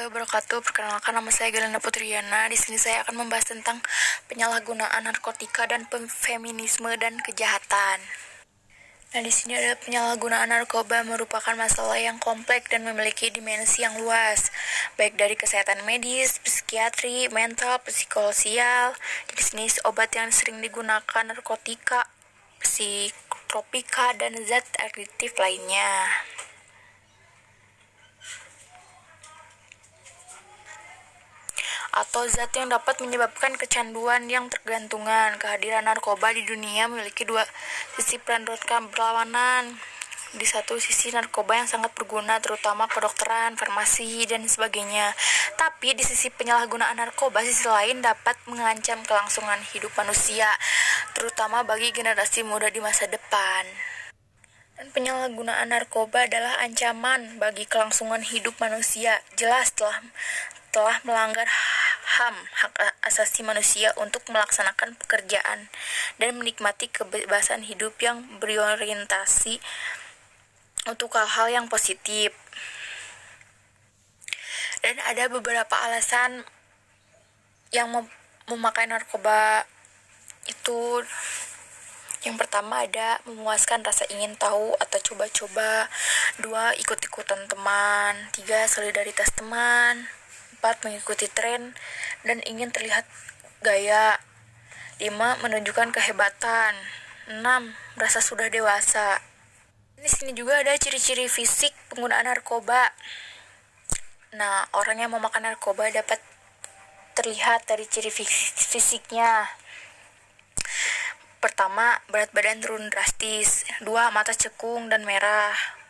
warahmatullahi wabarakatuh. Perkenalkan, nama saya Gelana Putriana. Di sini saya akan membahas tentang penyalahgunaan narkotika dan feminisme dan kejahatan. Nah, di sini ada penyalahgunaan narkoba merupakan masalah yang kompleks dan memiliki dimensi yang luas, baik dari kesehatan medis, psikiatri, mental, psikososial. Jenis obat yang sering digunakan narkotika, psikotropika, dan zat adiktif lainnya. Atau zat yang dapat menyebabkan kecanduan yang tergantungan. Kehadiran narkoba di dunia memiliki dua sisi berlawanan. Di satu sisi narkoba yang sangat berguna, terutama kedokteran, farmasi, dan sebagainya. Tapi di sisi penyalahgunaan narkoba, sisi lain dapat mengancam kelangsungan hidup manusia, terutama bagi generasi muda di masa depan. Dan penyalahgunaan narkoba adalah ancaman bagi kelangsungan hidup manusia. Jelas telah melanggar hak asasi manusia untuk melaksanakan pekerjaan dan menikmati kebebasan hidup yang berorientasi untuk hal-hal yang positif. Dan ada beberapa alasan yang memakai narkoba itu. Yang pertama ada memuaskan rasa ingin tahu atau coba-coba. 2. Ikut-ikutan teman. 3. Solidaritas teman. 4. Mengikuti tren dan ingin terlihat gaya. 5. Menunjukkan kehebatan. 6. Merasa sudah dewasa. Di sini juga ada ciri-ciri fisik penggunaan narkoba. Nah, orang yang memakan narkoba dapat terlihat dari ciri fisiknya. Pertama, berat badan turun drastis. 2. Mata cekung dan merah.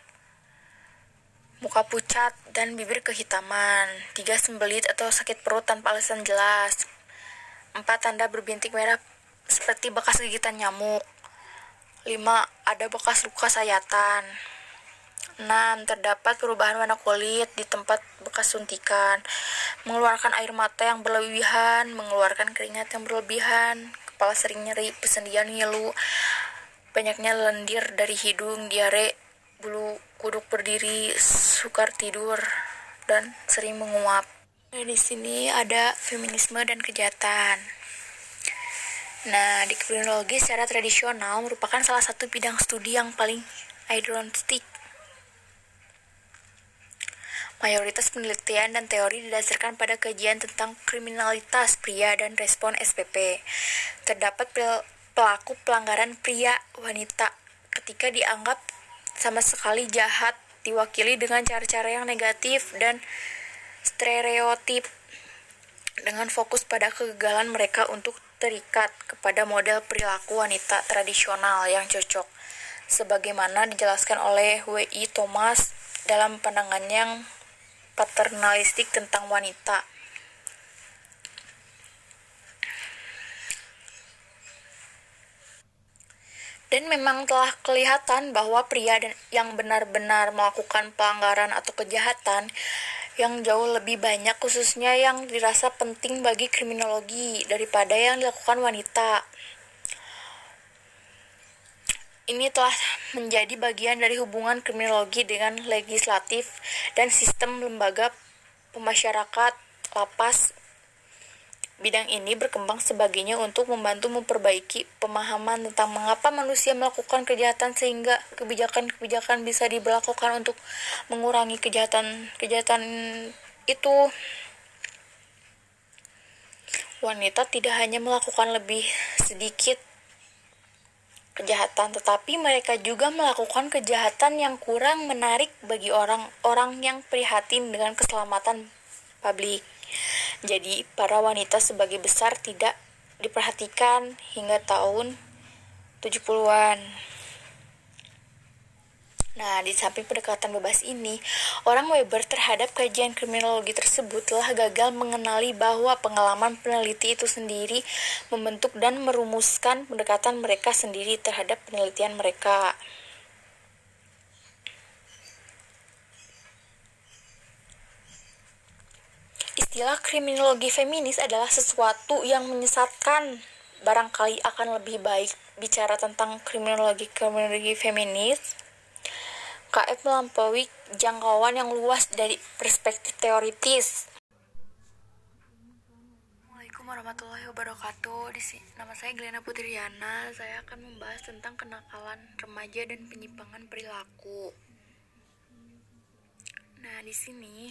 Muka pucat dan bibir kehitaman. 3. Sembelit atau sakit perut tanpa alasan jelas. 4. Tanda berbintik merah seperti bekas gigitan nyamuk. 5. Ada bekas luka sayatan. 6. Terdapat perubahan warna kulit di tempat bekas suntikan. Mengeluarkan air mata yang berlebihan. Mengeluarkan keringat yang berlebihan. Kepala sering nyeri, persendian ngilu. Banyaknya lendir dari hidung, diare, bulu kuduk berdiri, sukar tidur, dan sering menguap. Nah, di sini ada feminisme dan kejahatan. Nah, di kriminologi secara tradisional merupakan salah satu bidang studi yang paling identik. Mayoritas penelitian dan teori didasarkan pada kajian tentang kriminalitas pria dan respon SPP. Terdapat pelaku pelanggaran pria wanita ketika dianggap sama sekali jahat diwakili dengan cara-cara yang negatif dan stereotip dengan fokus pada kegagalan mereka untuk terikat kepada model perilaku wanita tradisional yang cocok, sebagaimana dijelaskan oleh W.I. Thomas dalam pandangan yang paternalistik tentang wanita. Dan memang telah kelihatan bahwa pria yang benar-benar melakukan pelanggaran atau kejahatan yang jauh lebih banyak, khususnya yang dirasa penting bagi kriminologi, daripada yang dilakukan wanita. Ini telah menjadi bagian dari hubungan kriminologi dengan legislatif dan sistem lembaga pemasyarakat lapas. Bidang ini berkembang sebagainya untuk membantu memperbaiki pemahaman tentang mengapa manusia melakukan kejahatan sehingga kebijakan-kebijakan bisa diberlakukan untuk mengurangi kejahatan itu. Wanita tidak hanya melakukan lebih sedikit kejahatan, tetapi mereka juga melakukan kejahatan yang kurang menarik bagi orang-orang yang prihatin dengan keselamatan publik. Jadi, para wanita sebagai besar tidak diperhatikan hingga tahun 70-an. Nah, di samping pendekatan bebas ini, orang Weber terhadap kajian kriminologi tersebut telah gagal mengenali bahwa pengalaman peneliti itu sendiri membentuk dan merumuskan pendekatan mereka sendiri terhadap penelitian mereka. Istilah kriminologi feminis adalah sesuatu yang menyesatkan. Barangkali akan lebih baik bicara tentang kriminologi feminis. KF melampaui jangkauan yang luas dari perspektif teoritis. Assalamualaikum warahmatullahi wabarakatuh. Nama saya Glenna Putriana. Saya akan membahas tentang kenakalan remaja dan penyimpangan perilaku. Nah, di sini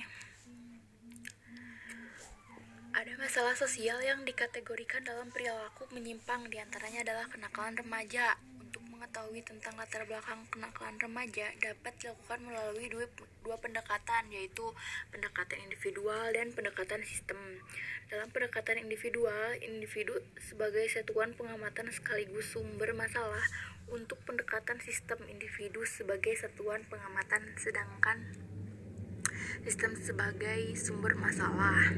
ada masalah sosial yang dikategorikan dalam perilaku menyimpang. Di antaranya adalah kenakalan remaja. Untuk mengetahui tentang latar belakang kenakalan remaja dapat dilakukan melalui dua pendekatan, yaitu pendekatan individual dan pendekatan sistem. Dalam pendekatan individual, individu sebagai satuan pengamatan sekaligus sumber masalah. Untuk pendekatan sistem, individu sebagai satuan pengamatan sedangkan sistem sebagai sumber masalah.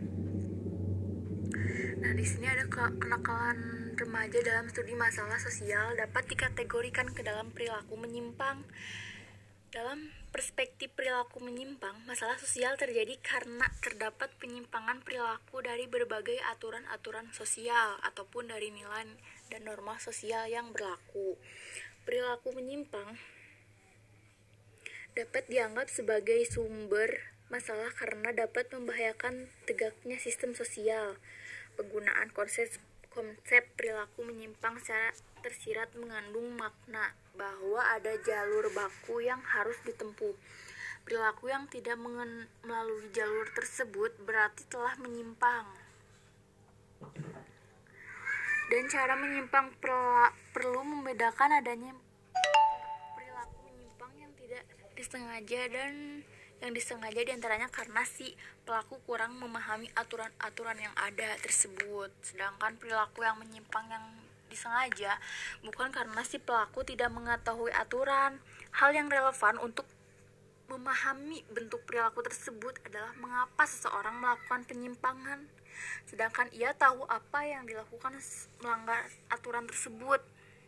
Nah, di sini ada kenakalan remaja dalam studi masalah sosial dapat dikategorikan ke dalam perilaku menyimpang. Dalam perspektif perilaku menyimpang, masalah sosial terjadi karena terdapat penyimpangan perilaku dari berbagai aturan-aturan sosial ataupun dari nilai dan norma sosial yang berlaku. Perilaku menyimpang dapat dianggap sebagai sumber masalah karena dapat membahayakan tegaknya sistem sosial. Penggunaan konsep perilaku menyimpang secara tersirat mengandung makna bahwa ada jalur baku yang harus ditempuh. Perilaku yang tidak melalui jalur tersebut berarti telah menyimpang. Dan cara menyimpang perlu membedakan adanya perilaku menyimpang yang tidak disengaja dan yang disengaja diantaranya karena si pelaku kurang memahami aturan-aturan yang ada tersebut. Sedangkan perilaku yang menyimpang yang disengaja bukan karena si pelaku tidak mengetahui aturan. Hal yang relevan untuk memahami bentuk perilaku tersebut adalah mengapa seseorang melakukan penyimpangan, sedangkan ia tahu apa yang dilakukan melanggar aturan tersebut.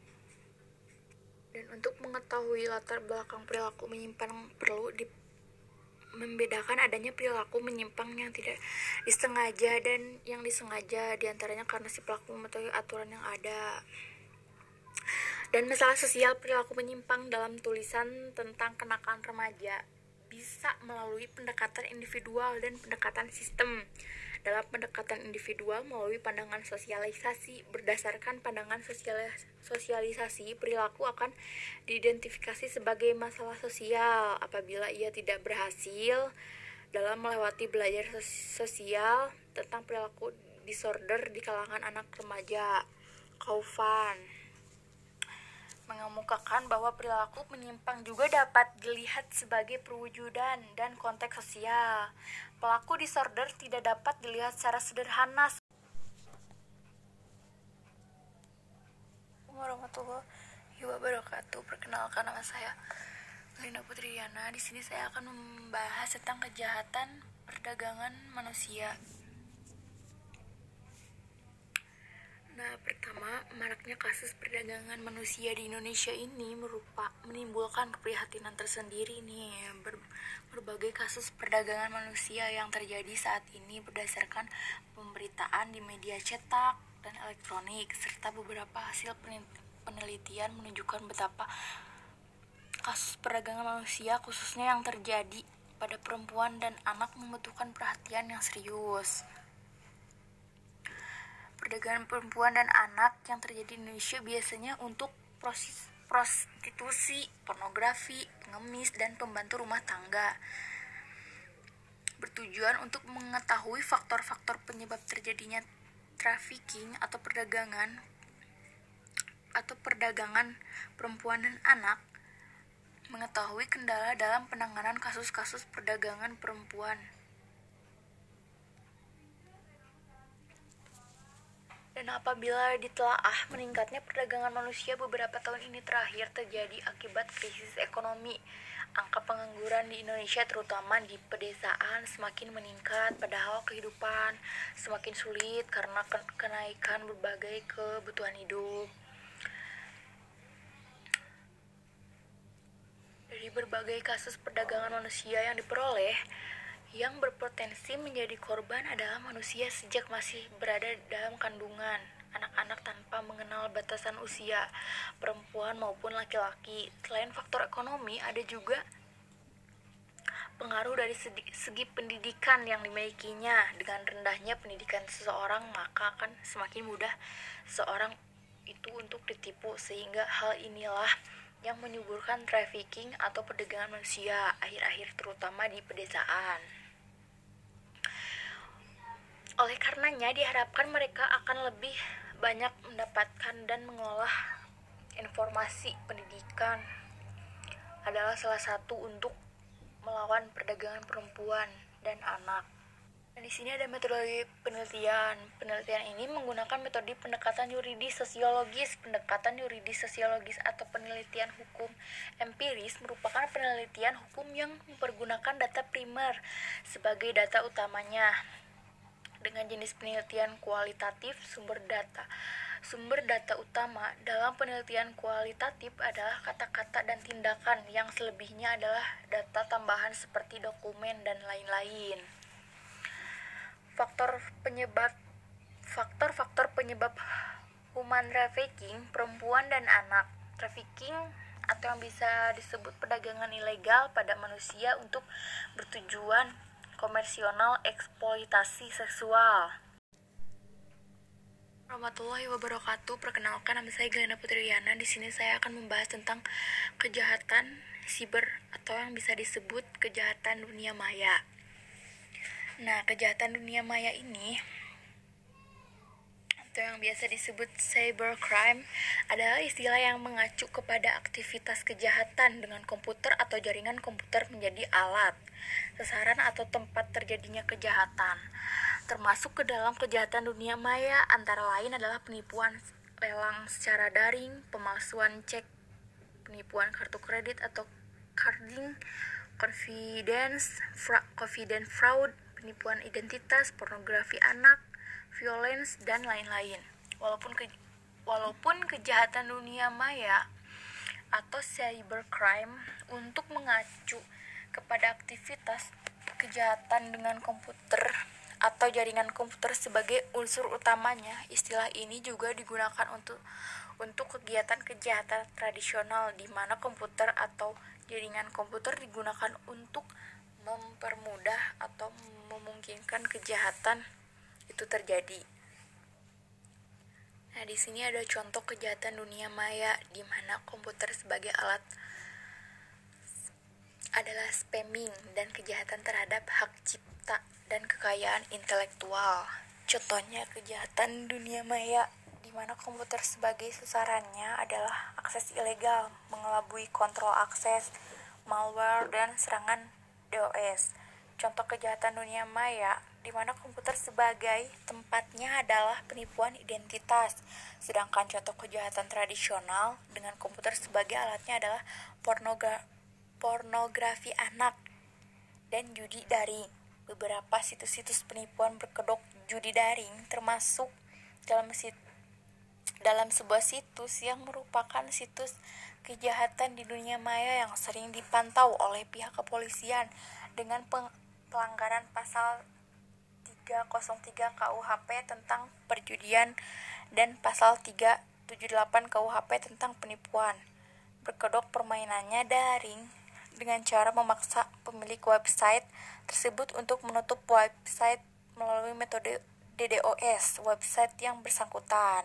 Dan untuk mengetahui latar belakang perilaku menyimpang perlu membedakan adanya perilaku menyimpang yang tidak disengaja dan yang disengaja, diantaranya karena si pelaku mengetahui aturan yang ada. Dan masalah sosial perilaku menyimpang dalam tulisan tentang kenakalan remaja bisa melalui pendekatan individual dan pendekatan sistem. Dalam pendekatan individual melalui pandangan sosialisasi, berdasarkan pandangan sosialisasi, perilaku akan diidentifikasi sebagai masalah sosial apabila ia tidak berhasil dalam melewati belajar sosial tentang perilaku disorder di kalangan anak remaja. Kaufman mengemukakan bahwa perilaku menyimpang juga dapat dilihat sebagai perwujudan dan konteks sosial. Pelaku disorder tidak dapat dilihat secara sederhana. Warahmatullahi wabarakatuh. Perkenalkan, nama saya Glenna Putriana. Di sini saya akan membahas tentang kejahatan perdagangan manusia. Nah, pertama, maraknya kasus perdagangan manusia di Indonesia ini menimbulkan keprihatinan tersendiri nih. Berbagai kasus perdagangan manusia yang terjadi saat ini berdasarkan pemberitaan di media cetak dan elektronik, serta beberapa hasil penelitian menunjukkan betapa kasus perdagangan manusia khususnya yang terjadi pada perempuan dan anak membutuhkan perhatian yang serius. Perdagangan perempuan dan anak yang terjadi di Indonesia biasanya untuk prostitusi, pornografi, pengemis, dan pembantu rumah tangga. Bertujuan untuk mengetahui faktor-faktor penyebab terjadinya trafficking atau perdagangan perempuan dan anak, mengetahui kendala dalam penanganan kasus-kasus perdagangan perempuan. Dan apabila ditelaah meningkatnya perdagangan manusia beberapa tahun ini terakhir terjadi akibat krisis ekonomi. Angka pengangguran di Indonesia terutama di pedesaan semakin meningkat, padahal kehidupan semakin sulit karena kenaikan berbagai kebutuhan hidup. Dari berbagai kasus perdagangan manusia yang diperoleh, yang berpotensi menjadi korban adalah manusia sejak masih berada dalam kandungan, anak-anak tanpa mengenal batasan usia, perempuan maupun laki-laki. Selain faktor ekonomi, ada juga pengaruh dari segi pendidikan yang dimilikinya. Dengan rendahnya pendidikan seseorang, maka akan semakin mudah seseorang itu untuk ditipu, sehingga hal inilah yang menyuburkan trafficking atau perdagangan manusia akhir-akhir, terutama di pedesaan. Oleh karenanya diharapkan mereka akan lebih banyak mendapatkan dan mengolah informasi. Pendidikan adalah salah satu untuk melawan perdagangan perempuan dan anak. Nah, di sini ada metodologi penelitian. Penelitian ini menggunakan metode pendekatan yuridis sosiologis. Pendekatan yuridis sosiologis atau penelitian hukum empiris merupakan penelitian hukum yang mempergunakan data primer sebagai data utamanya. Dengan jenis penelitian kualitatif, sumber data utama dalam penelitian kualitatif adalah kata-kata dan tindakan, yang selebihnya adalah data tambahan seperti dokumen dan lain-lain. Faktor penyebab human trafficking, perempuan dan anak. Trafficking atau yang bisa disebut perdagangan ilegal pada manusia untuk bertujuan komersional eksploitasi seksual. Warahmatullahi wabarakatuh. Perkenalkan, nama saya Galena Putriana. Di sini saya akan membahas tentang kejahatan siber atau yang bisa disebut kejahatan dunia maya. Nah, kejahatan dunia maya ini atau yang biasa disebut cybercrime adalah istilah yang mengacu kepada aktivitas kejahatan dengan komputer atau jaringan komputer menjadi alat, sasaran atau tempat terjadinya kejahatan. Termasuk ke dalam kejahatan dunia maya antara lain adalah penipuan lelang secara daring, pemalsuan cek, penipuan kartu kredit atau carding, confidence fraud, penipuan identitas, pornografi anak, violence, dan lain-lain. Walaupun kejahatan dunia maya atau cybercrime untuk mengacu kepada aktivitas kejahatan dengan komputer atau jaringan komputer sebagai unsur utamanya, istilah ini juga digunakan untuk kegiatan kejahatan tradisional di mana komputer atau jaringan komputer digunakan untuk mempermudah atau memungkinkan kejahatan itu terjadi. Nah, di sini ada contoh kejahatan dunia maya di mana komputer sebagai alat adalah spamming dan kejahatan terhadap hak cipta dan kekayaan intelektual. Contohnya kejahatan dunia maya di mana komputer sebagai sasarannya adalah akses ilegal, mengelabui kontrol akses, malware, dan serangan DOS. Contoh kejahatan dunia maya di mana komputer sebagai tempatnya adalah penipuan identitas. Sedangkan contoh kejahatan tradisional dengan komputer sebagai alatnya adalah pornografi anak dan judi daring. Beberapa situs-situs penipuan berkedok judi daring termasuk dalam sebuah situs yang merupakan situs kejahatan di dunia maya yang sering dipantau oleh pihak kepolisian dengan pelanggaran pasal 303 KUHP tentang perjudian dan pasal 378 KUHP tentang penipuan. Berkedok permainannya daring dengan cara memaksa pemilik website tersebut untuk menutup website melalui metode DDoS website yang bersangkutan.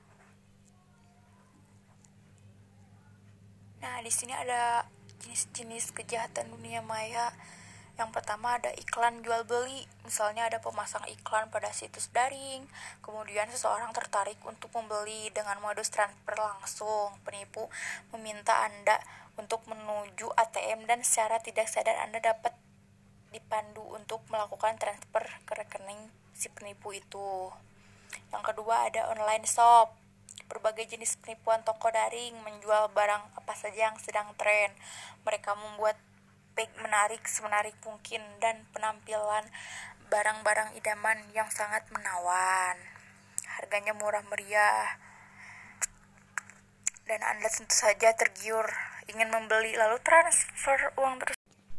Nah, di sini ada jenis-jenis kejahatan dunia maya. Yang pertama ada iklan jual beli. Misalnya ada pemasang iklan pada situs daring, kemudian seseorang tertarik untuk membeli dengan modus transfer langsung. Penipu meminta Anda untuk menuju ATM dan secara tidak sadar Anda dapat dipandu untuk melakukan transfer ke rekening si penipu itu. Yang kedua ada online shop. Berbagai jenis penipuan toko daring menjual barang apa saja yang sedang tren. Mereka membuat tag menarik semenarik mungkin dan penampilan barang-barang idaman yang sangat menawan. Harganya murah meriah dan Anda tentu saja tergiur ingin membeli lalu transfer uang tersebut.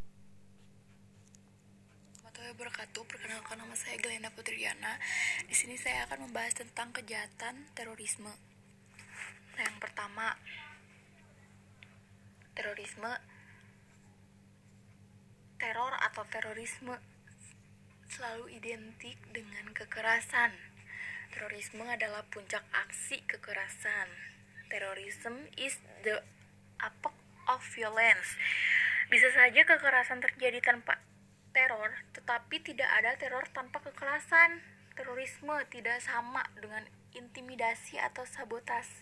Perkenalkan, nama saya Galena Putriana. Di sini saya akan membahas tentang kejahatan terorisme. Nah, yang pertama, terorisme, teror atau terorisme selalu identik dengan kekerasan. Terorisme adalah puncak aksi kekerasan. Terrorism is the apex of violence. Bisa saja kekerasan terjadi tanpa teror, tetapi tidak ada teror tanpa kekerasan. Terorisme tidak sama dengan intimidasi atau sabotase.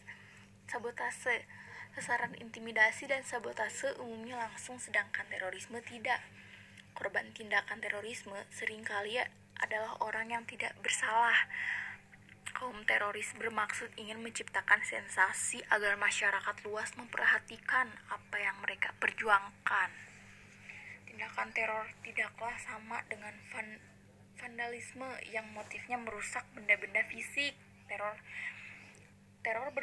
Sasaran intimidasi dan sabotase umumnya langsung, sedangkan terorisme tidak. Korban tindakan terorisme seringkali adalah orang yang tidak bersalah. Kaum teroris bermaksud ingin menciptakan sensasi agar masyarakat luas memperhatikan apa yang mereka perjuangkan. Tindakan teror tidaklah sama dengan vandalisme yang motifnya merusak benda-benda fisik. Teror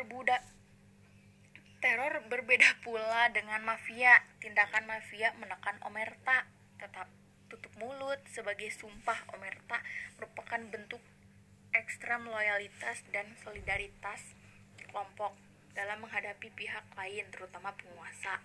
berbeda pula dengan mafia. Tindakan mafia menekan omerta, tetap tutup mulut sebagai sumpah. Omerta merupakan bentuk ekstrem loyalitas dan solidaritas kelompok dalam menghadapi pihak lain, terutama penguasa.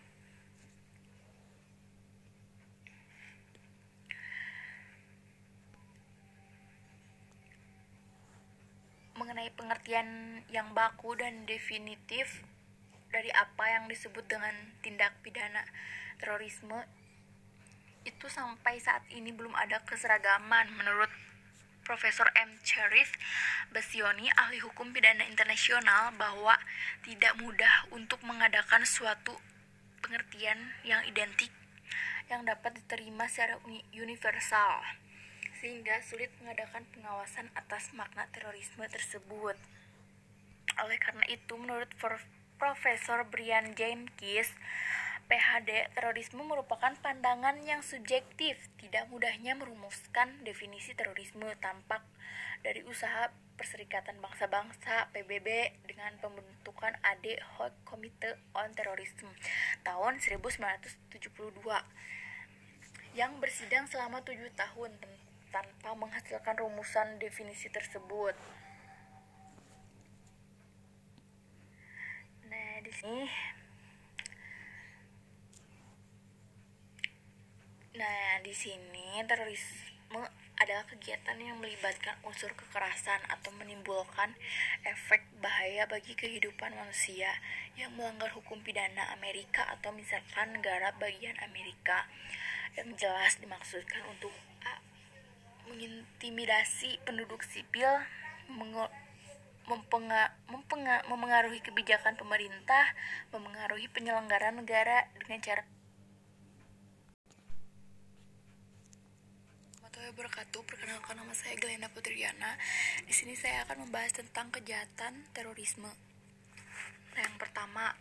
Mengenai pengertian yang baku dan definitif dari apa yang disebut dengan tindak pidana terorisme, itu sampai saat ini belum ada keseragaman. Menurut Profesor M. Cherif Basioni, ahli hukum pidana internasional, bahwa tidak mudah untuk mengadakan suatu pengertian yang identik yang dapat diterima secara universal, sehingga sulit mengadakan pengawasan atas makna terorisme tersebut. Oleh karena itu, menurut Profesor Brian Jenkins, PhD, terorisme merupakan pandangan yang subjektif. Tidak mudahnya merumuskan definisi terorisme. Tampak dari usaha Perserikatan Bangsa-Bangsa (PBB) dengan pembentukan ad hoc Committee on Terrorism tahun 1972 yang bersidang selama 7 tahun tanpa menghasilkan rumusan definisi tersebut. Di sini terorisme adalah kegiatan yang melibatkan unsur kekerasan atau menimbulkan efek bahaya bagi kehidupan manusia yang melanggar hukum pidana Amerika atau misalkan negara bagian Amerika. Yang jelas dimaksudkan untuk mengintimidasi penduduk sipil, memengaruhi kebijakan pemerintah, memengaruhi penyelenggara negara dengan cara Perkenalkan, nama saya Glenda Putriana. Di sini saya akan membahas tentang kejahatan terorisme. Yang pertama,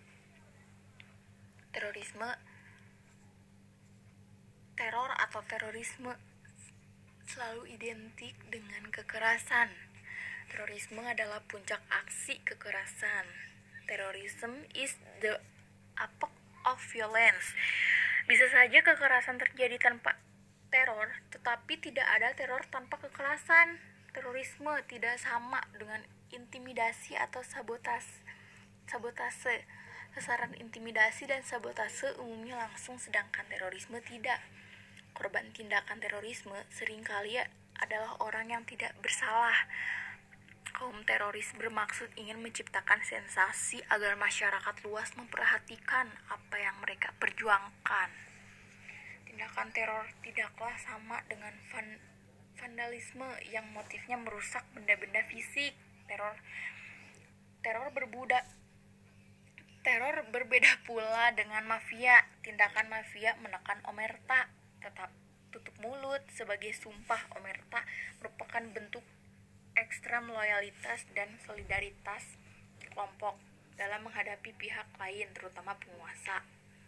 teror atau terorisme selalu identik dengan kekerasan. Terorisme adalah puncak aksi kekerasan. Terrorism is the apex of violence. Bisa saja kekerasan terjadi tanpa teror, tetapi tidak ada teror tanpa kekerasan. Terorisme tidak sama dengan intimidasi atau sabotase. Sasaran intimidasi dan sabotase umumnya langsung, sedangkan terorisme tidak. Korban tindakan terorisme seringkali adalah orang yang tidak bersalah. Kaum teroris bermaksud ingin menciptakan sensasi agar masyarakat luas memperhatikan apa yang mereka perjuangkan. Tindakan teror tidaklah sama dengan vandalisme yang motifnya merusak benda-benda fisik. Teror berbeda pula dengan mafia. Tindakan mafia menekan omerta, tetap tutup mulut sebagai sumpah. Omerta merupakan bentuk ekstrem loyalitas dan solidaritas kelompok dalam menghadapi pihak lain, terutama penguasa.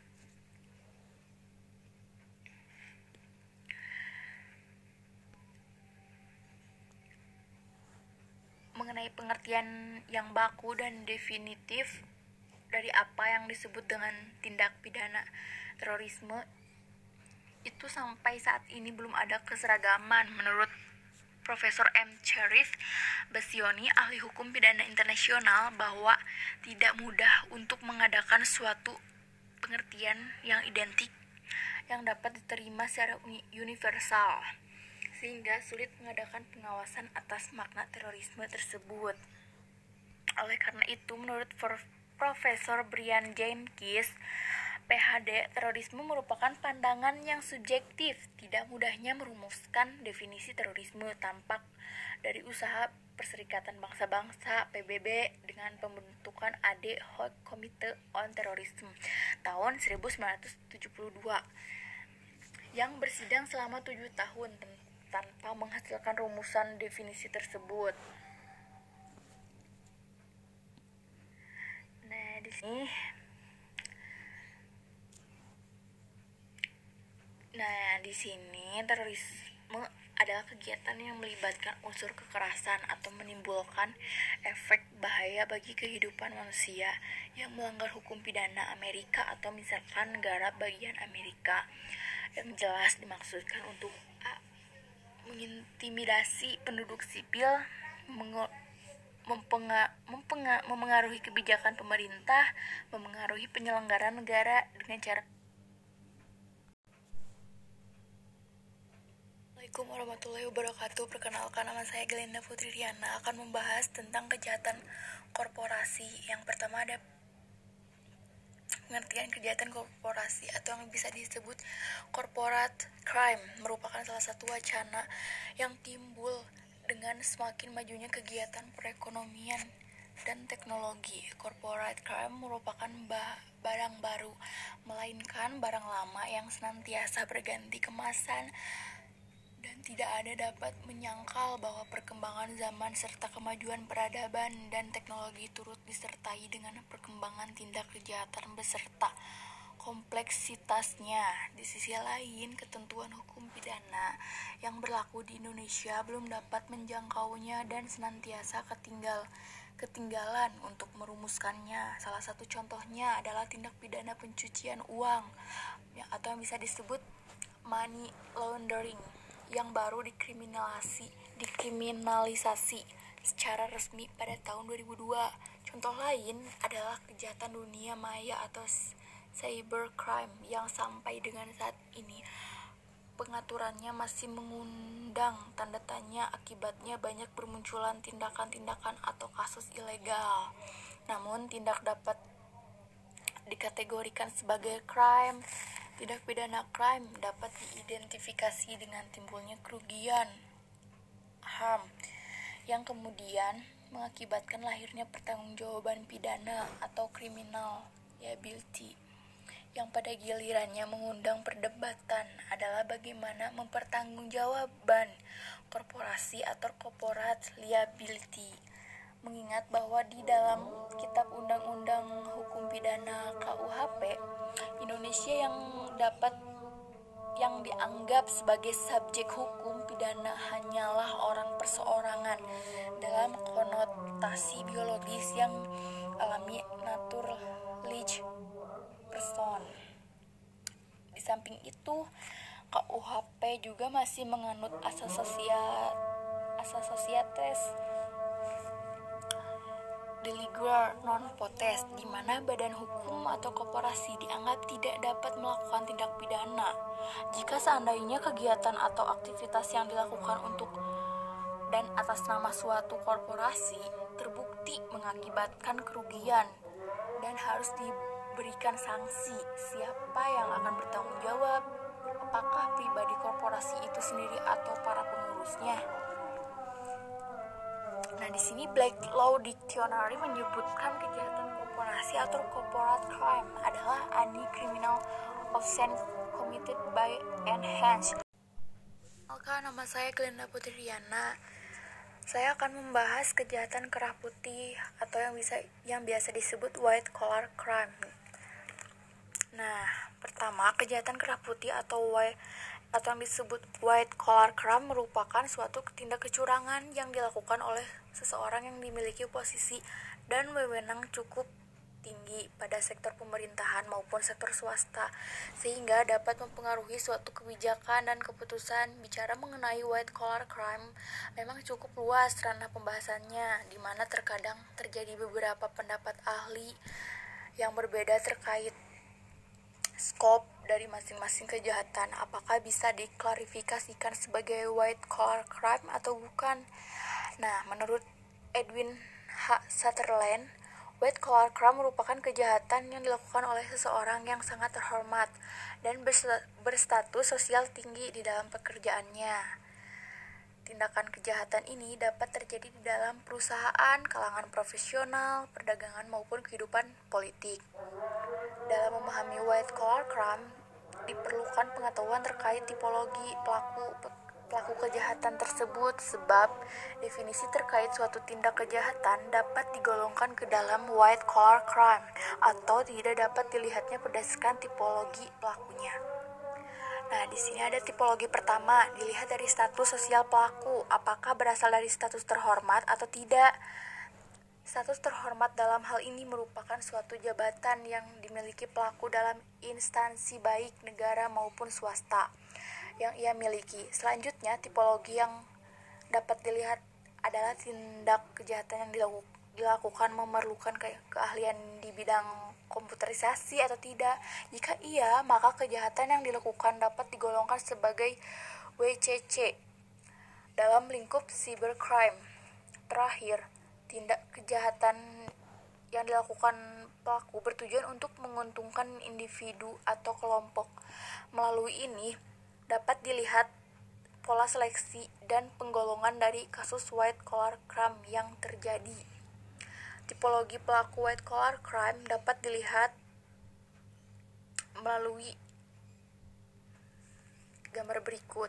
Mengenai pengertian yang baku dan definitif dari apa yang disebut dengan tindak pidana terorisme, itu sampai saat ini belum ada keseragaman. Menurut Profesor M. Cherif Basioni, ahli hukum pidana internasional, bahwa tidak mudah untuk mengadakan suatu pengertian yang identik yang dapat diterima secara universal, sehingga sulit mengadakan pengawasan atas makna terorisme tersebut. Oleh karena itu, menurut Profesor Brian Jenkins, PhD, terorisme merupakan pandangan yang subjektif. Tidak mudahnya merumuskan definisi terorisme. Tampak dari usaha Perserikatan Bangsa-Bangsa (PBB) dengan pembentukan Ad Hoc Committee on Terrorism tahun 1972 yang bersidang selama 7 tahun tanpa menghasilkan rumusan definisi tersebut. Nah, di sini terorisme adalah kegiatan yang melibatkan unsur kekerasan atau menimbulkan efek bahaya bagi kehidupan manusia yang melanggar hukum pidana Amerika atau misalkan negara bagian Amerika. Yang jelas dimaksudkan untuk mengintimidasi penduduk sipil, memengaruhi kebijakan pemerintah, memengaruhi penyelenggara negara dengan cara. Assalamualaikum warahmatullahi wabarakatuh. Perkenalkan, nama saya Glenda Putri Riana, akan membahas tentang kejahatan korporasi. Yang pertama ada pengertian kejahatan korporasi atau yang bisa disebut corporate crime, merupakan salah satu wacana yang timbul dengan semakin majunya kegiatan perekonomian dan teknologi. Corporate crime merupakan barang baru, melainkan barang lama yang senantiasa berganti kemasan, dan tidak ada dapat menyangkal bahwa perkembangan zaman serta kemajuan peradaban dan teknologi turut disertai dengan perkembangan tindak kejahatan beserta kompleksitasnya. Di sisi lain, ketentuan hukum pidana yang berlaku di Indonesia belum dapat menjangkaunya dan senantiasa ketinggalan untuk merumuskannya. Salah satu contohnya adalah tindak pidana pencucian uang atau yang bisa disebut money laundering yang baru dikriminalisasi secara resmi pada tahun 2002. Contoh lain adalah kejahatan dunia maya atau cybercrime yang sampai dengan saat ini pengaturannya masih mengundang tanda tanya. Akibatnya banyak bermunculan tindakan-tindakan atau kasus ilegal. Namun tindak dapat dikategorikan sebagai crime. Tindak pidana crime dapat diidentifikasi dengan timbulnya kerugian harm yang kemudian mengakibatkan lahirnya pertanggungjawaban pidana atau criminal liability, yang pada gilirannya mengundang perdebatan adalah bagaimana mempertanggungjawabkan korporasi atau corporate liability. Mengingat bahwa di dalam Kitab Undang-Undang Hukum Pidana KUHP Indonesia yang dianggap sebagai subjek hukum pidana hanyalah orang perseorangan dalam konotasi biologis yang alami naturalized person. Di samping itu, KUHP juga masih menganut asas societas de rigueur non potest, di mana badan hukum atau korporasi dianggap tidak dapat melakukan tindak pidana jika seandainya kegiatan atau aktivitas yang dilakukan untuk dan atas nama suatu korporasi terbukti mengakibatkan kerugian dan harus diberikan sanksi. Siapa yang akan bertanggung jawab? Apakah pribadi korporasi itu sendiri atau para pengurusnya? Nah, di sini Black Law Dictionary menyebutkan kejahatan korporasi atau corporate crime adalah any criminal offense committed by enhanced. Maka nama saya Glenda Putri Riana. Saya akan membahas kejahatan kerah putih atau yang biasa disebut white collar crime. Nah, pertama, kejahatan kerah putih atau yang disebut white collar crime merupakan suatu tindak kecurangan yang dilakukan oleh seseorang yang dimiliki posisi dan wewenang cukup tinggi pada sektor pemerintahan maupun sektor swasta, sehingga dapat mempengaruhi suatu kebijakan dan keputusan. Bicara mengenai white collar crime memang cukup luas ranah pembahasannya, di mana terkadang terjadi beberapa pendapat ahli yang berbeda terkait skop dari masing-masing kejahatan apakah bisa diklarifikasikan sebagai white collar crime atau bukan. Nah, menurut Edwin H. Sutherland, white collar crime merupakan kejahatan yang dilakukan oleh seseorang yang sangat terhormat dan berstatus sosial tinggi di dalam pekerjaannya. Tindakan kejahatan ini dapat terjadi di dalam perusahaan, kalangan profesional, perdagangan maupun kehidupan politik. Dalam memahami white collar crime, diperlukan pengetahuan terkait tipologi pelaku kejahatan tersebut sebab definisi terkait suatu tindak kejahatan dapat digolongkan ke dalam white collar crime atau tidak dapat dilihatnya berdasarkan tipologi pelakunya. Nah, di sini ada tipologi pertama, dilihat dari status sosial pelaku, apakah berasal dari status terhormat atau tidak. Status terhormat dalam hal ini merupakan suatu jabatan yang dimiliki pelaku dalam instansi baik negara maupun swasta yang ia miliki. Selanjutnya, tipologi yang dapat dilihat adalah tindak kejahatan yang dilakukan memerlukan keahlian di bidang komputerisasi atau tidak. Jika iya, maka kejahatan yang dilakukan dapat digolongkan sebagai WCC dalam lingkup cybercrime. Terakhir, tindak kejahatan yang dilakukan pelaku bertujuan untuk menguntungkan individu atau kelompok. Melalui ini dapat dilihat pola seleksi dan penggolongan dari kasus white collar crime yang terjadi. Tipologi pelaku white collar crime dapat dilihat melalui gambar berikut.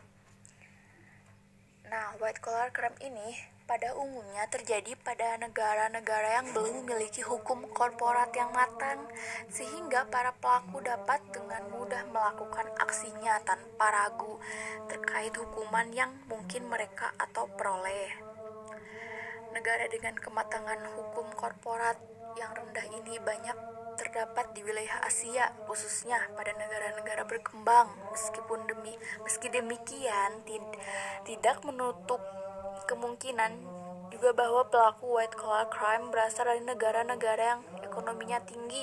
Nah, white collar crime ini pada umumnya terjadi pada negara-negara yang belum memiliki hukum korporat yang matang, sehingga para pelaku dapat dengan mudah melakukan aksinya tanpa ragu terkait hukuman yang mungkin mereka atau peroleh. Negara dengan kematangan hukum korporat yang rendah ini banyak terdapat di wilayah Asia, khususnya pada negara-negara berkembang. Meski demikian, tidak menutup kemungkinan juga bahwa pelaku white collar crime berasal dari negara-negara yang ekonominya tinggi.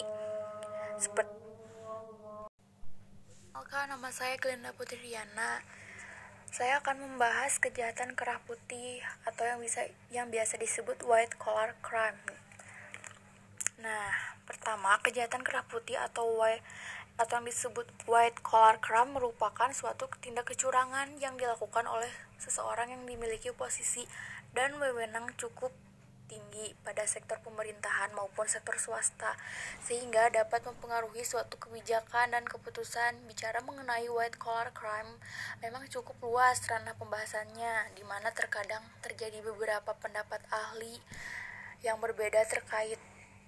Nama saya Glinda Putri Riana. Saya akan membahas kejahatan kerah putih atau yang biasa disebut white collar crime. Nah, pertama, kejahatan kerah putih atau yang disebut white collar crime merupakan suatu tindak kecurangan yang dilakukan oleh seseorang yang dimiliki posisi dan wewenang cukup tinggi pada sektor pemerintahan maupun sektor swasta, sehingga dapat mempengaruhi suatu kebijakan dan keputusan. Bicara mengenai white collar crime memang cukup luas ranah pembahasannya, di mana terkadang terjadi beberapa pendapat ahli yang berbeda terkait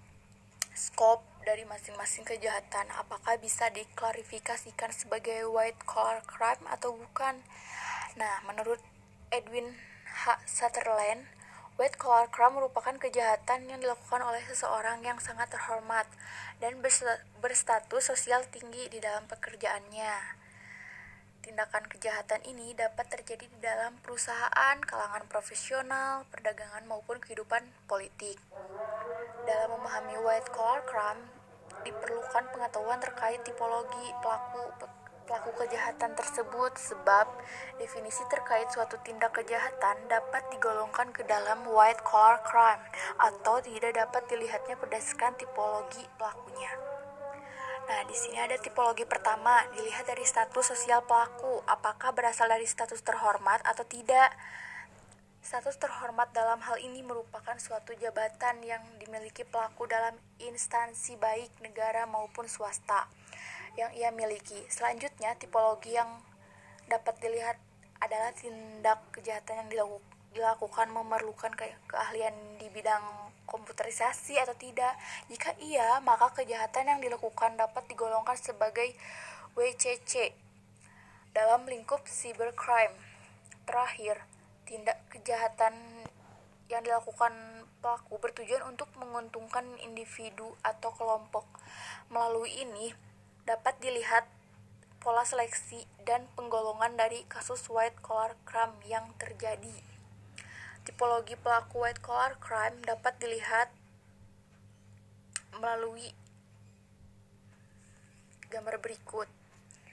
skop dari masing-masing kejahatan apakah bisa diklarifikasikan sebagai white collar crime atau bukan. Nah, menurut Edwin H. Sutherland, white collar crime merupakan kejahatan yang dilakukan oleh seseorang yang sangat terhormat dan berstatus sosial tinggi di dalam pekerjaannya. Tindakan kejahatan ini dapat terjadi di dalam perusahaan, kalangan profesional, perdagangan maupun kehidupan politik. Dalam memahami white collar crime, diperlukan pengetahuan terkait tipologi pelaku kejahatan tersebut sebab definisi terkait suatu tindak kejahatan dapat digolongkan ke dalam white collar crime atau tidak dapat dilihatnya berdasarkan tipologi pelakunya. Nah, di sini ada tipologi pertama, dilihat dari status sosial pelaku, apakah berasal dari status terhormat atau tidak. Status terhormat dalam hal ini merupakan suatu jabatan yang dimiliki pelaku dalam instansi baik negara maupun swasta yang ia miliki. Selanjutnya, tipologi yang dapat dilihat adalah tindak kejahatan yang dilakukan memerlukan keahlian di bidang komputerisasi atau tidak. Jika iya, maka kejahatan yang dilakukan dapat digolongkan sebagai WCC dalam lingkup cybercrime. Terakhir, tindak kejahatan yang dilakukan pelaku bertujuan untuk menguntungkan individu atau kelompok. Melalui ini dapat dilihat pola seleksi dan penggolongan dari kasus white collar crime yang terjadi. Tipologi pelaku white collar crime dapat dilihat melalui gambar berikut.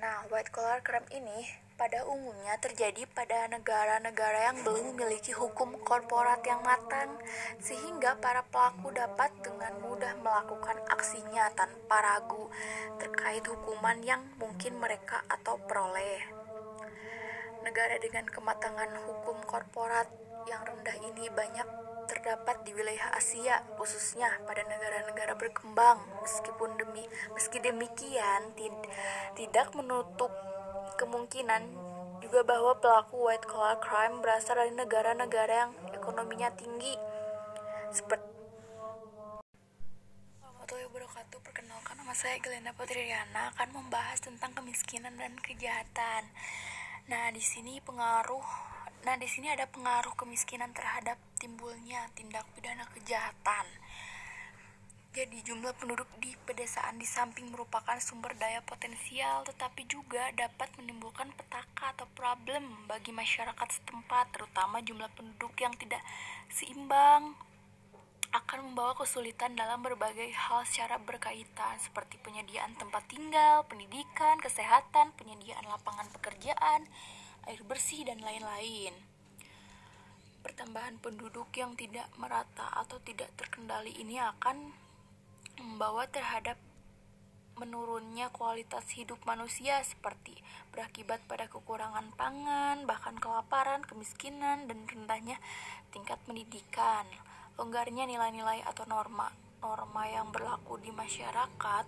Nah, white collar crime ini pada umumnya terjadi pada negara-negara yang belum memiliki hukum korporat yang matang, sehingga para pelaku dapat dengan mudah melakukan aksinya tanpa ragu terkait hukuman yang mungkin mereka atau peroleh. Negara dengan kematangan hukum korporat yang rendah ini banyak terdapat di wilayah Asia, khususnya pada negara-negara berkembang. Meski demikian, tidak menutup kemungkinan juga bahwa pelaku white collar crime berasal dari negara-negara yang ekonominya tinggi. Seperti warahmatullahi wabarakatuh. Perkenalkan, nama saya Gelenda Putri Riana akan membahas tentang kemiskinan dan kejahatan. Nah, di sini ada pengaruh kemiskinan terhadap timbulnya tindak pidana kejahatan. Jadi, jumlah penduduk di pedesaan di samping merupakan sumber daya potensial, tetapi juga dapat menimbulkan petaka atau problem bagi masyarakat setempat, terutama jumlah penduduk yang tidak seimbang akan membawa kesulitan dalam berbagai hal secara berkaitan, seperti penyediaan tempat tinggal, pendidikan, kesehatan, penyediaan lapangan pekerjaan, air bersih, dan lain-lain. Pertambahan penduduk yang tidak merata atau tidak terkendali ini akan membawa terhadap menurunnya kualitas hidup manusia, seperti berakibat pada kekurangan pangan, bahkan kelaparan, kemiskinan, dan rendahnya tingkat pendidikan. Longgarnya nilai-nilai atau norma yang berlaku di masyarakat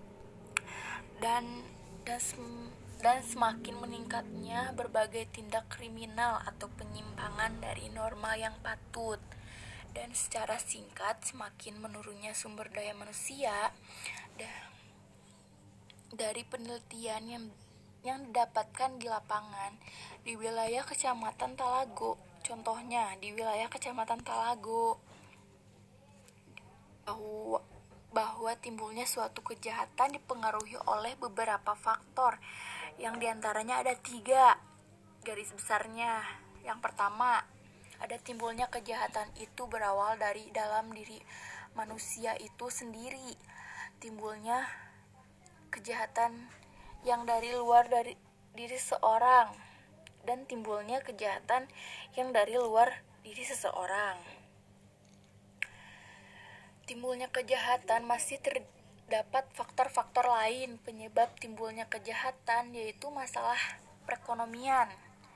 dan semakin meningkatnya berbagai tindak kriminal atau penyimpangan dari norma yang patut. Dan secara singkat, semakin menurunnya sumber daya manusia. Dari penelitian yang didapatkan di lapangan di wilayah Kecamatan Talago, contohnya di wilayah Kecamatan Talago, bahwa timbulnya suatu kejahatan dipengaruhi oleh beberapa faktor, yang diantaranya ada 3 garis besarnya. Yang pertama, ada timbulnya kejahatan itu berawal dari dalam diri manusia itu sendiri. Timbulnya kejahatan yang dari luar dari diri seorang, dan timbulnya kejahatan yang dari luar diri seseorang. Timbulnya kejahatan masih terdapat faktor-faktor lain penyebab timbulnya kejahatan, yaitu masalah perekonomian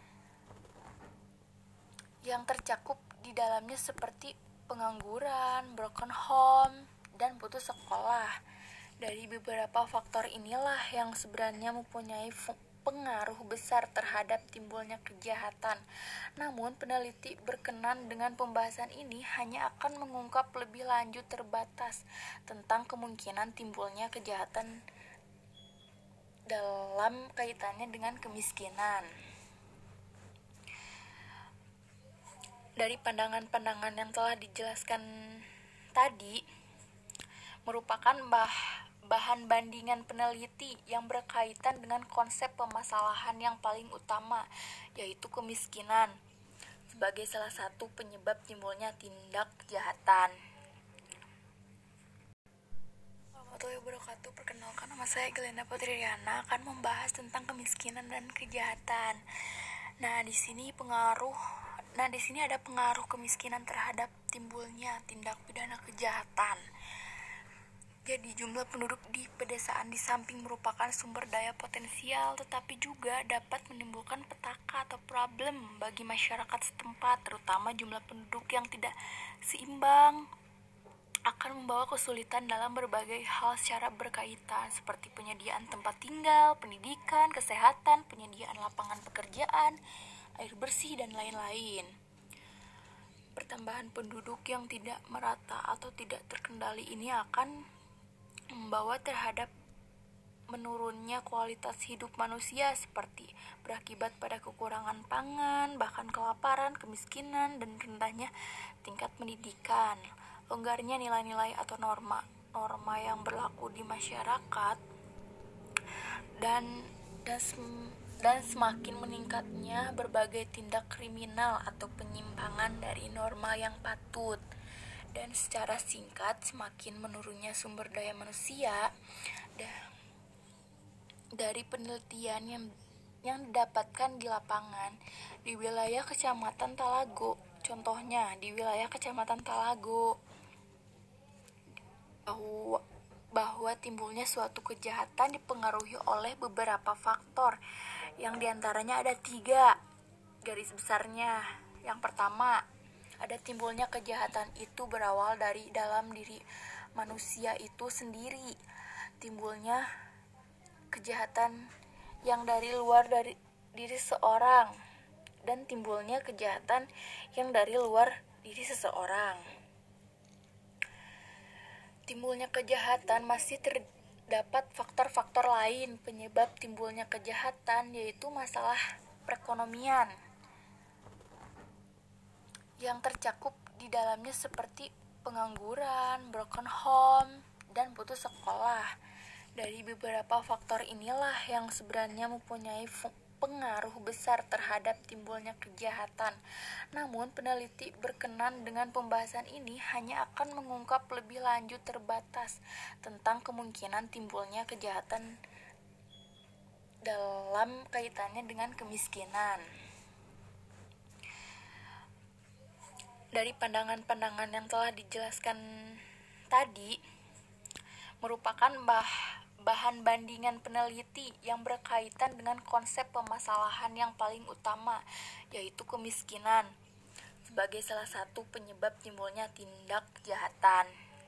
yang tercakup di dalamnya, seperti pengangguran, broken home, dan putus sekolah. Dari beberapa faktor inilah yang sebenarnya mempunyai pengaruh besar terhadap timbulnya kejahatan. Namun, peneliti berkenan dengan pembahasan ini hanya akan mengungkap lebih lanjut terbatas tentang kemungkinan timbulnya kejahatan dalam kaitannya dengan kemiskinan. Dari pandangan-pandangan yang telah dijelaskan tadi, merupakan bahan bandingan peneliti yang berkaitan dengan konsep permasalahan yang paling utama, yaitu kemiskinan, sebagai salah satu penyebab timbulnya tindak kejahatan. Warahmatullahi wabarakatuh. Perkenalkan, nama saya Gelenda Putri Riana akan membahas tentang kemiskinan dan kejahatan. Nah, di sini ada pengaruh kemiskinan terhadap timbulnya tindak pidana kejahatan. Jadi, jumlah penduduk di pedesaan di samping merupakan sumber daya potensial, tetapi juga dapat menimbulkan petaka atau problem bagi masyarakat setempat, terutama jumlah penduduk yang tidak seimbang akan membawa kesulitan dalam berbagai hal secara berkaitan, seperti penyediaan tempat tinggal, pendidikan, kesehatan, penyediaan lapangan pekerjaan, air bersih, dan lain-lain. Pertambahan penduduk yang tidak merata atau tidak terkendali ini akan membawa terhadap menurunnya kualitas hidup manusia, seperti berakibat pada kekurangan pangan, bahkan kelaparan, kemiskinan, dan rendahnya tingkat pendidikan. Longgarnya nilai-nilai atau norma yang berlaku di masyarakat dan semakin meningkatnya berbagai tindak kriminal atau penyimpangan dari norma yang patut. Dan secara singkat, semakin menurunnya sumber daya manusia. Dari penelitian yang didapatkan di lapangan di wilayah Kecamatan Talago, contohnya di wilayah Kecamatan Talago, bahwa timbulnya suatu kejahatan dipengaruhi oleh beberapa faktor, yang diantaranya ada 3 garis besarnya. Yang pertama, ada timbulnya kejahatan itu berawal dari dalam diri manusia itu sendiri. Timbulnya kejahatan yang dari luar dari diri seorang, dan timbulnya kejahatan yang dari luar diri seseorang. Timbulnya kejahatan masih terdapat faktor-faktor lain penyebab timbulnya kejahatan, yaitu masalah perekonomian yang tercakup di dalamnya seperti pengangguran, broken home, dan putus sekolah. Dari beberapa faktor inilah yang sebenarnya mempunyai pengaruh besar terhadap timbulnya kejahatan. Namun, peneliti berkenan dengan pembahasan ini hanya akan mengungkap lebih lanjut terbatas tentang kemungkinan timbulnya kejahatan dalam kaitannya dengan kemiskinan. Dari pandangan-pandangan yang telah dijelaskan tadi, merupakan bahan bandingan peneliti yang berkaitan dengan konsep permasalahan yang paling utama, yaitu kemiskinan, sebagai salah satu penyebab timbulnya tindak kejahatan.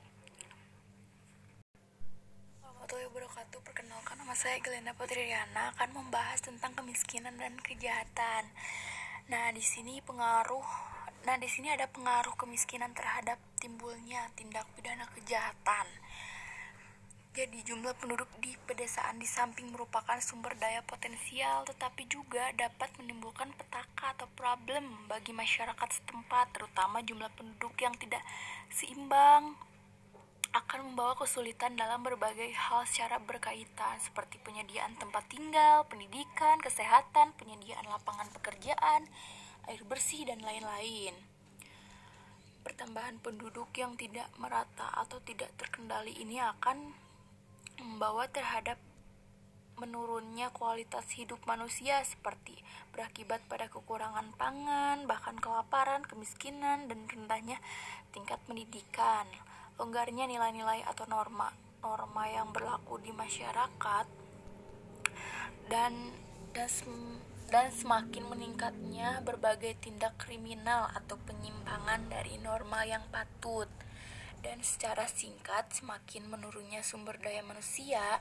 Warahmatullahi wabarakatuh. Perkenalkan, nama saya Gelenda Putri Riana, akan membahas tentang kemiskinan dan kejahatan. Nah, di sini ada pengaruh kemiskinan terhadap timbulnya tindak pidana kejahatan. Jadi, jumlah penduduk di pedesaan di samping merupakan sumber daya potensial, tetapi juga dapat menimbulkan petaka atau problem bagi masyarakat setempat, terutama jumlah penduduk yang tidak seimbang akan membawa kesulitan dalam berbagai hal secara berkaitan, seperti penyediaan tempat tinggal, pendidikan, kesehatan, penyediaan lapangan pekerjaan, air bersih, dan lain-lain. Pertambahan penduduk yang tidak merata atau tidak terkendali ini akan membawa terhadap menurunnya kualitas hidup manusia, seperti berakibat pada kekurangan pangan, bahkan kelaparan, kemiskinan, dan rendahnya tingkat pendidikan. Longgarnya nilai-nilai atau norma yang berlaku di masyarakat, dan semakin meningkatnya berbagai tindak kriminal atau penyimpangan dari norma yang patut. Dan secara singkat, semakin menurunnya sumber daya manusia.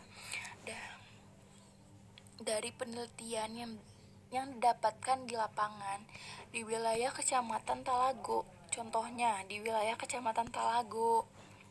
Dari penelitian yang didapatkan di lapangan di wilayah Kecamatan Talago, contohnya di wilayah Kecamatan Talago,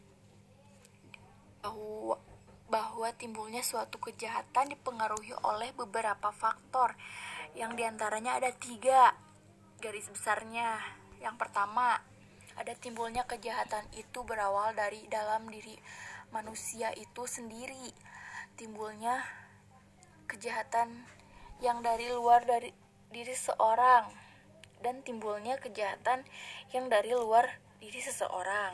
bahwa timbulnya suatu kejahatan dipengaruhi oleh beberapa faktor, yang diantaranya ada 3 garis besarnya. Yang pertama, ada timbulnya kejahatan itu berawal dari dalam diri manusia itu sendiri. Timbulnya kejahatan yang dari luar dari diri seorang, dan timbulnya kejahatan yang dari luar diri seseorang.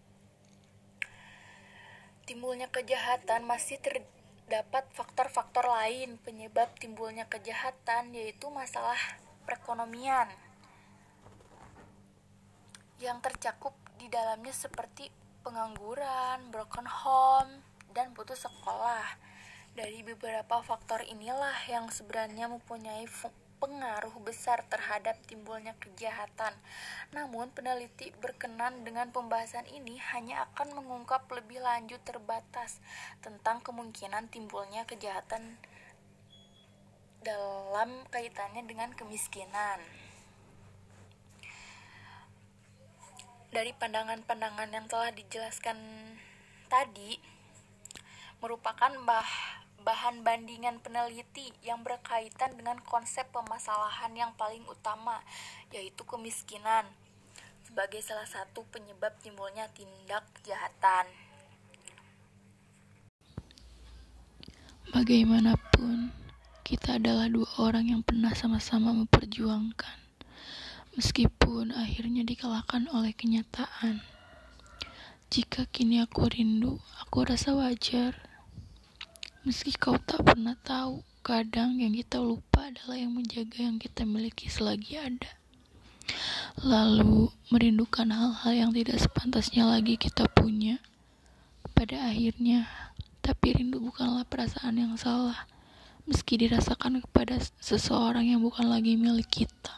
Timbulnya kejahatan masih terdapat faktor-faktor lain penyebab timbulnya kejahatan, yaitu masalah perekonomian yang tercakup di dalamnya seperti pengangguran, broken home, dan putus sekolah. Dari beberapa faktor inilah yang sebenarnya mempunyai pengaruh besar terhadap timbulnya kejahatan. Namun, peneliti berkenan dengan pembahasan ini hanya akan mengungkap lebih lanjut terbatas tentang kemungkinan timbulnya kejahatan dalam kaitannya dengan kemiskinan. Dari pandangan-pandangan yang telah dijelaskan tadi, merupakan bahan bandingan peneliti yang berkaitan dengan konsep permasalahan yang paling utama, yaitu kemiskinan, sebagai salah satu penyebab timbulnya tindak kejahatan. Bagaimanapun, kita adalah 2 orang yang pernah sama-sama memperjuangkan, meskipun akhirnya dikalahkan oleh kenyataan. Jika kini aku rindu, aku rasa wajar. Meski kau tak pernah tahu, kadang yang kita lupa adalah yang menjaga yang kita miliki selagi ada. Lalu merindukan hal-hal yang tidak sepantasnya lagi kita punya. Pada akhirnya, tapi rindu bukanlah perasaan yang salah, meski dirasakan kepada seseorang yang bukan lagi milik kita.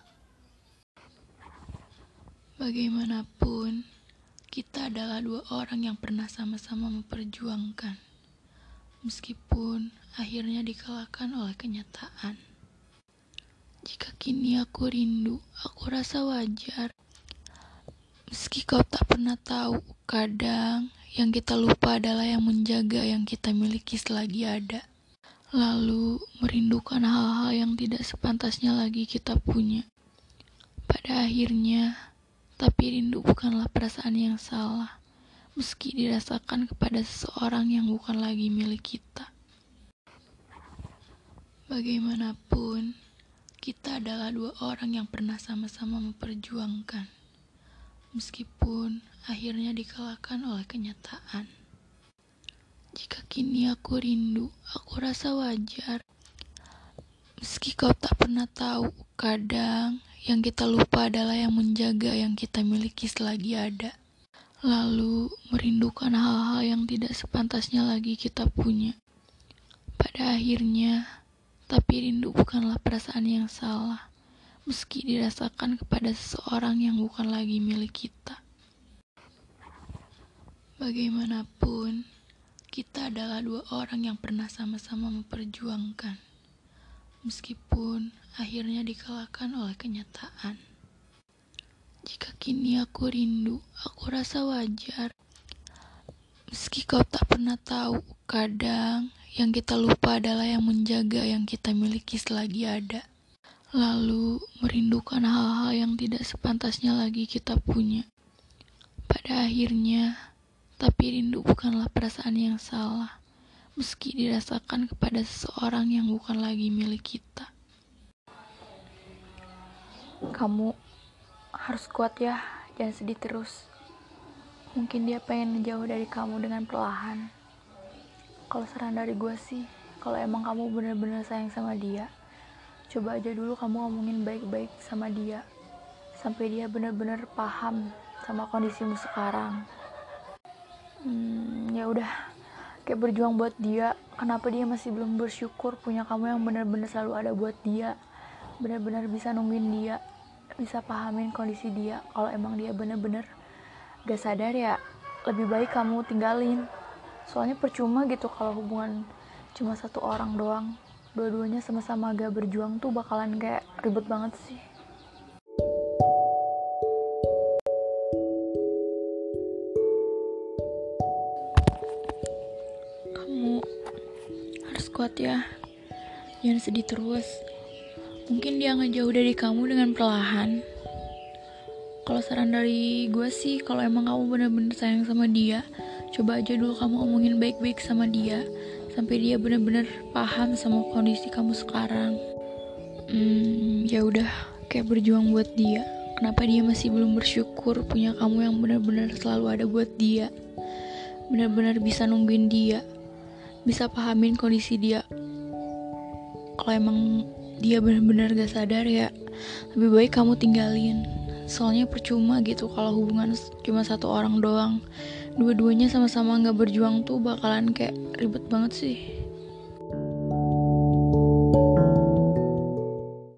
Bagaimanapun, kita adalah dua orang yang pernah sama-sama memperjuangkan, meskipun akhirnya dikalahkan oleh kenyataan. Jika kini aku rindu, aku rasa wajar. Meski kau tak pernah tahu, kadang yang kita lupa adalah yang menjaga yang kita miliki selagi ada. Lalu merindukan hal-hal yang tidak sepantasnya lagi kita punya. Pada akhirnya, tapi rindu bukanlah perasaan yang salah, meski dirasakan kepada seseorang yang bukan lagi milik kita. Bagaimanapun, kita adalah dua orang yang pernah sama-sama memperjuangkan, meskipun akhirnya dikalahkan oleh kenyataan. Jika kini aku rindu, aku rasa wajar. Meski kau tak pernah tahu, kadang yang kita lupa adalah yang menjaga yang kita miliki selagi ada. Lalu merindukan hal-hal yang tidak sepantasnya lagi kita punya. Pada akhirnya, tapi rindu bukanlah perasaan yang salah, meski dirasakan kepada seseorang yang bukan lagi milik kita. Bagaimanapun, kita adalah dua orang yang pernah sama-sama memperjuangkan, meskipun akhirnya dikalahkan oleh kenyataan. Jika kini aku rindu, aku rasa wajar. Meski kau tak pernah tahu, kadang yang kita lupa adalah yang menjaga yang kita miliki selagi ada. Lalu merindukan hal-hal yang tidak sepantasnya lagi kita punya. Pada akhirnya, tapi rindu bukanlah perasaan yang salah, meski dirasakan kepada seseorang yang bukan lagi milik kita. Kamu harus kuat ya, jangan sedih terus. Mungkin dia pengen ngejauh dari kamu dengan perlahan. Kalau saran dari gue sih, kalau emang kamu benar-benar sayang sama dia, coba aja dulu kamu ngomongin baik-baik sama dia, sampai dia benar-benar paham sama kondisimu sekarang. Ya udah, kayak berjuang buat dia. Kenapa dia masih belum bersyukur punya kamu yang benar-benar selalu ada buat dia, benar-benar bisa nungguin dia, bisa pahamin kondisi dia. Kalau emang dia benar-benar gak sadar ya, lebih baik kamu tinggalin. Soalnya percuma gitu kalau hubungan cuma satu orang doang, dua-duanya sama-sama gak berjuang tuh bakalan kayak ribet banget sih. Kamu harus kuat ya, jangan sedih terus. Mungkin dia ngejauh dari kamu dengan perlahan. Kalau saran dari gue sih, kalau emang kamu benar-benar sayang sama dia, coba aja dulu kamu omongin baik-baik sama dia, sampai dia benar-benar paham sama kondisi kamu sekarang. Ya udah, kayak berjuang buat dia. Kenapa dia masih belum bersyukur punya kamu yang benar-benar selalu ada buat dia, benar-benar bisa nungguin dia, bisa pahamin kondisi dia. Kalau emang dia benar-benar gak sadar ya, lebih baik kamu tinggalin. Soalnya percuma gitu kalau hubungan cuma satu orang doang, dua-duanya sama-sama gak berjuang tuh bakalan kayak ribet banget sih.